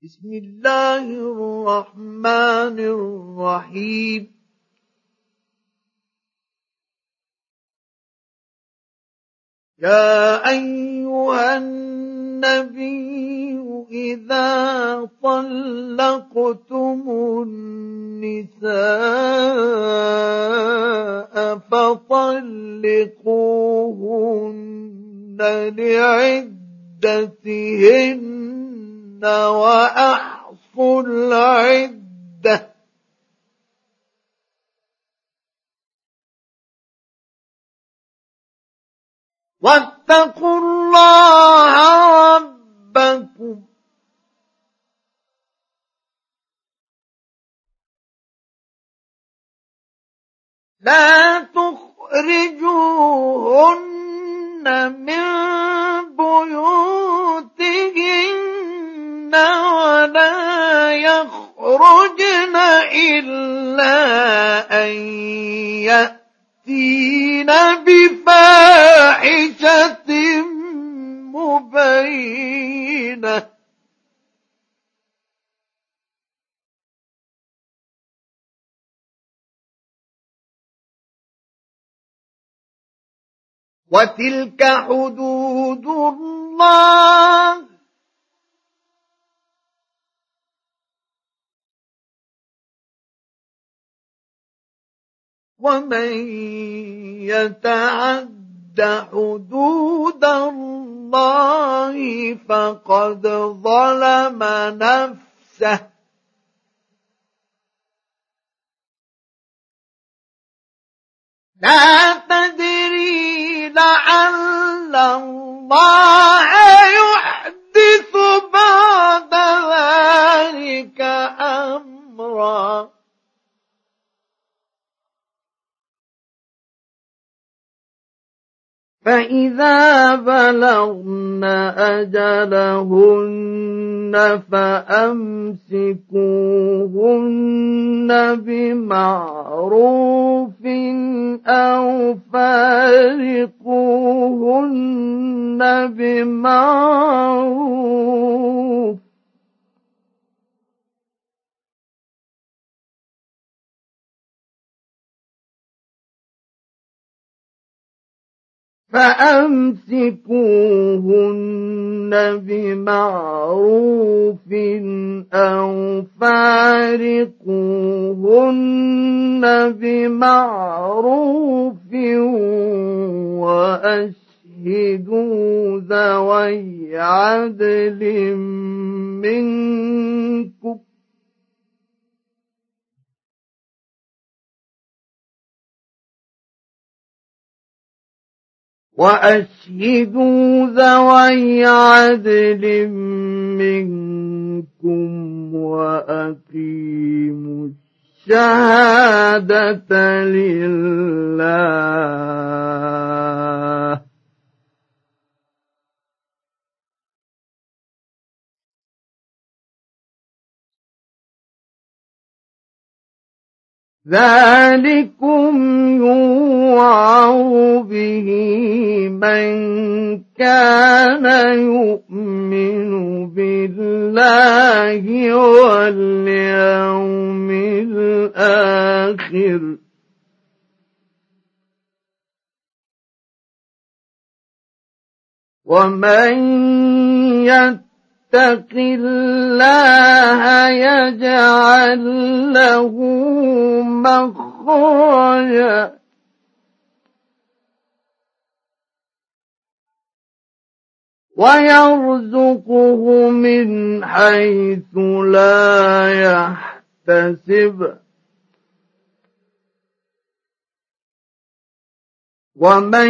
بسم الله الرحمن الرحيم. يا أيها النبي إذا طلقتم النساء فطلقوهن لعدتهن وأحصوا العدة واتقوا الله ربكم لا تخرجوهن من بيوتهن ولا يخرجن إلا أن يأتين بفاحشة مبينة وتلك حدود الله ومن يتعد حدود الله فقد ظلم نفسه لا تدري لعل الله يحدث بعد ذلك أمرا فإذا بلغن أجلهن فأمسكوهن بمعروف أو فارقوهن بمعروف فأمسكوهن بمعروف أو فارقوهن بمعروف وأشهدوا ذوي عدل منكم وأقيموا الشهادة لله ذلكم يوعظ به من كان يؤمن بالله واليوم الآخر ومن يتق الله يجعل له مخرجا ويرزقه من حيث لا يحتسب ومن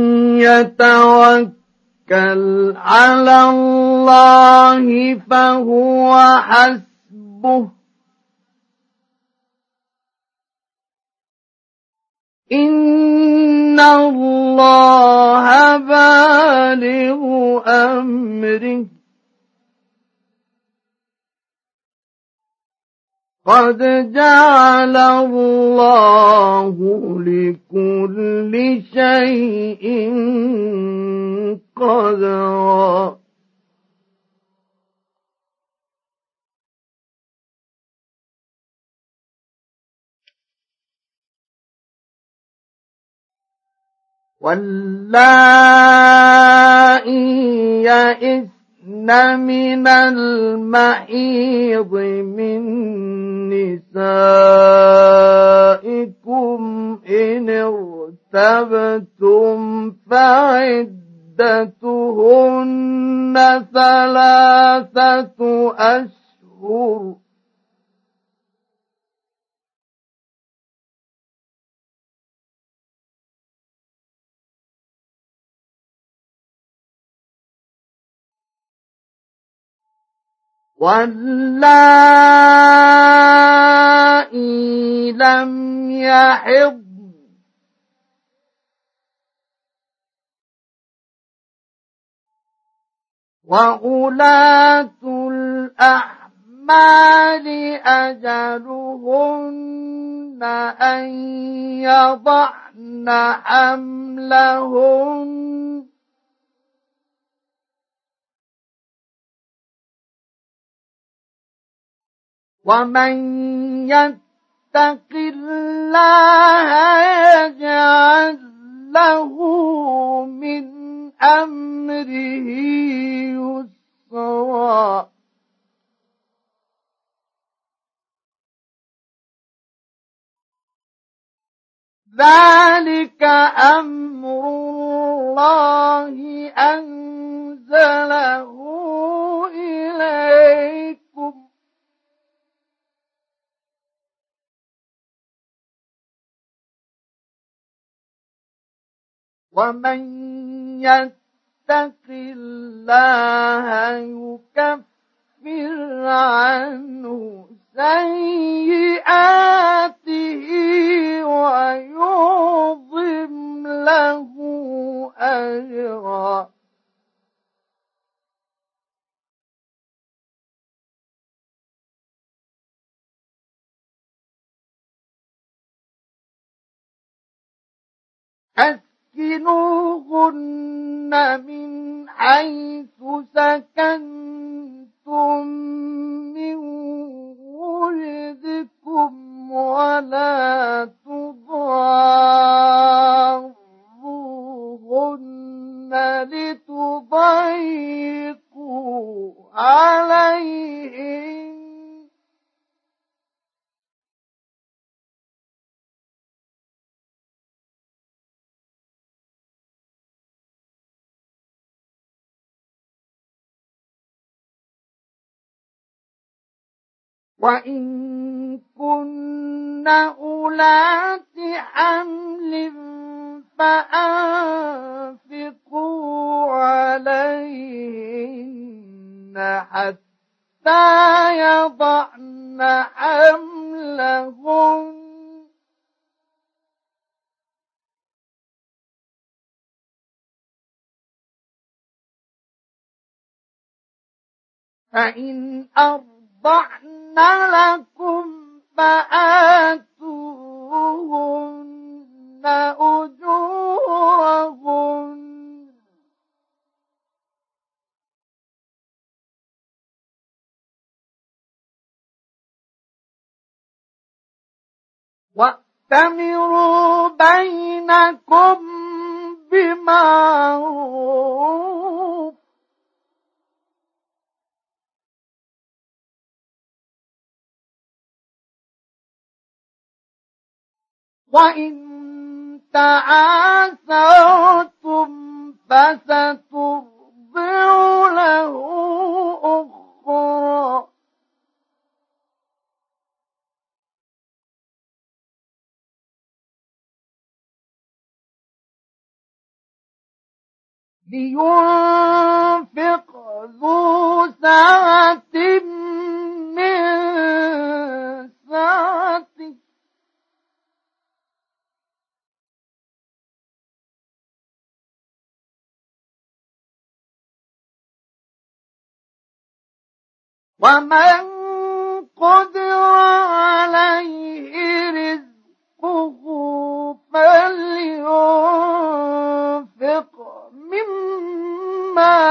يتوكل على الله فهو حسبه إن الله بالغ أمره قد جعل الله لكل شيء قدرا واللائي يئسن من المحيض من نسائكم إن ارتبتم فعدتهن 3 أشهر واللائي لم يحضن وأولاة الأحمال أجلهن أن يضعن حملهن ومن يتق الله يجعل له من أمره يسرا ذلك أمر الله أنزله إليكم ومن يتق الله يكفر عنه سيئاته ويعظم له أجرا أسكنوهن من حيث سكنتم من وجدكم ولا تضاروهن لتضيقوا عليهن وإن كن أولات حمل فأنفقوا عليهن حتى يضعن حملهن فإن أرضعن لكم فآتوهن أجورهن وأتمروا بينكم بمعروف وإن تعاثرتم فسترضع له أخرى لينفق ذو سعة من سعته ومن قدر عليه رزقه فلينفق مما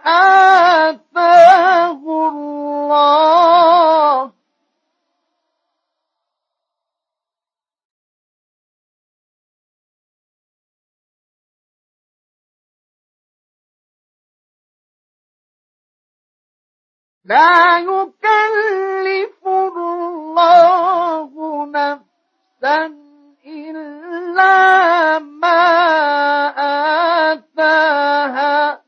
آتاه الله لا يكلف الله نفسا إلا ما آتاها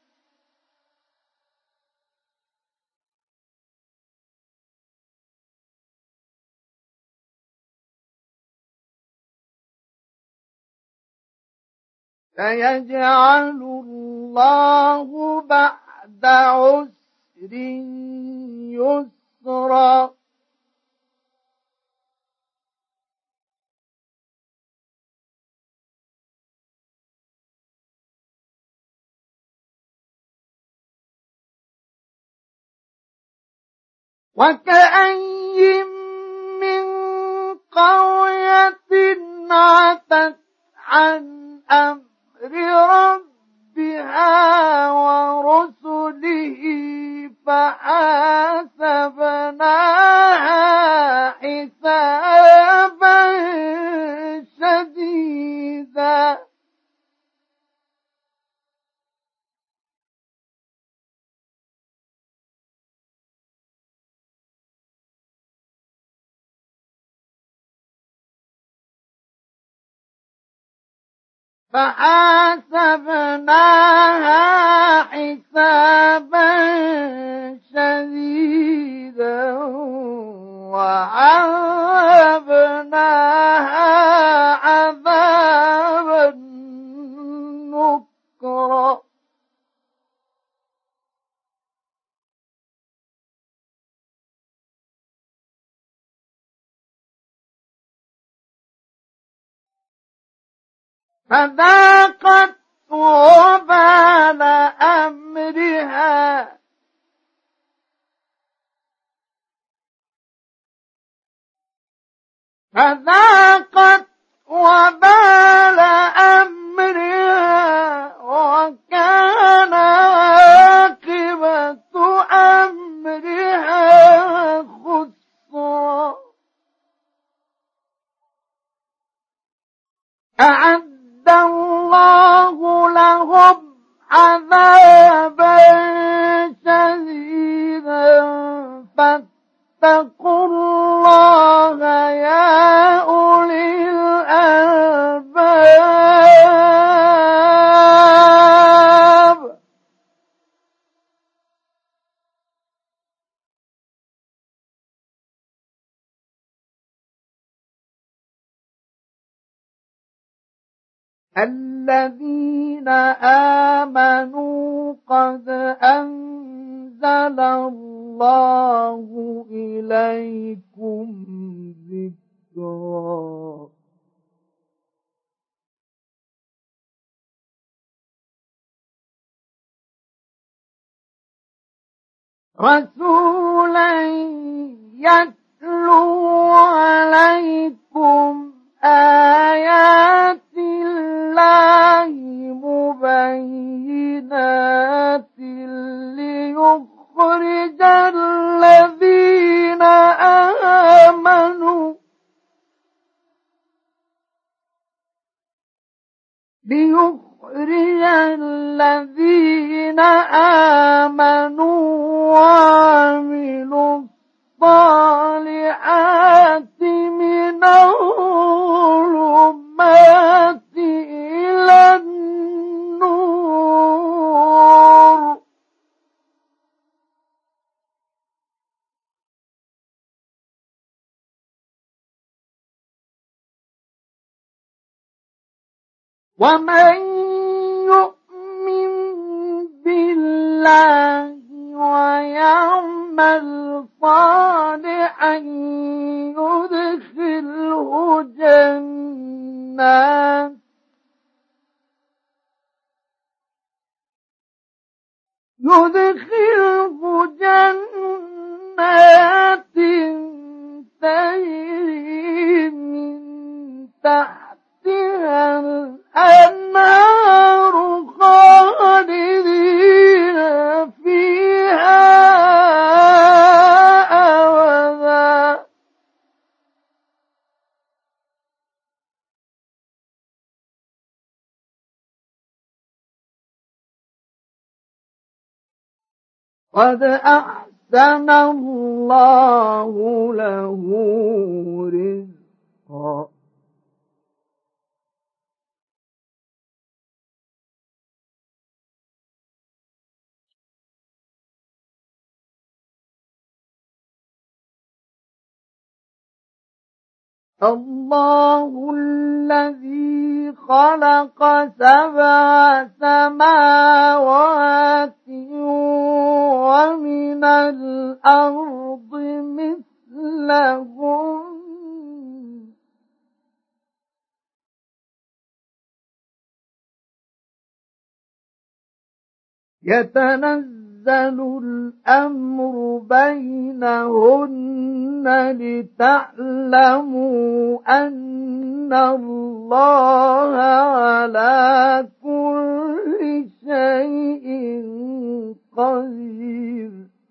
سيجعل الله بعد عسر يسرا وكأين من قرية عتت عن أمر ربها ورسله فحاسبناها حسابا شديدا فحاسبناها حسابا شديدا وعذبناها عذابا نكرا فذاقت وبال أمرها فذاقت وبال أمرها وكان عاقبة أمرها خسرا أعد الله لهم عذابا شديدا فاتقوا الله يا أولي الألباب الذين آمنوا قد أنزل الله إليكم ذكرا رسولا يتلو عليكم آيات الله مبينات ليخرج الذين آمنوا وعملوا الصالحات من الظلمات إلى النور ومن يؤمن بالله ويعمل صالحا يدخله جنات تجري من تحتها الأنهار خالدين فيها أبدا قد أحسن الله له رزقا. الله الذي خلق 7 سماوات ومن الأرض مثلهم يتنزل الأمر بينهن لتعلموا أن الله على كل شيء قدير.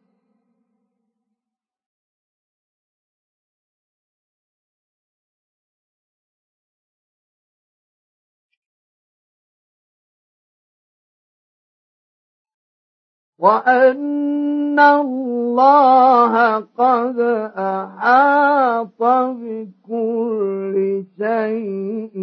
وأن الله قد أحاط بكل شيء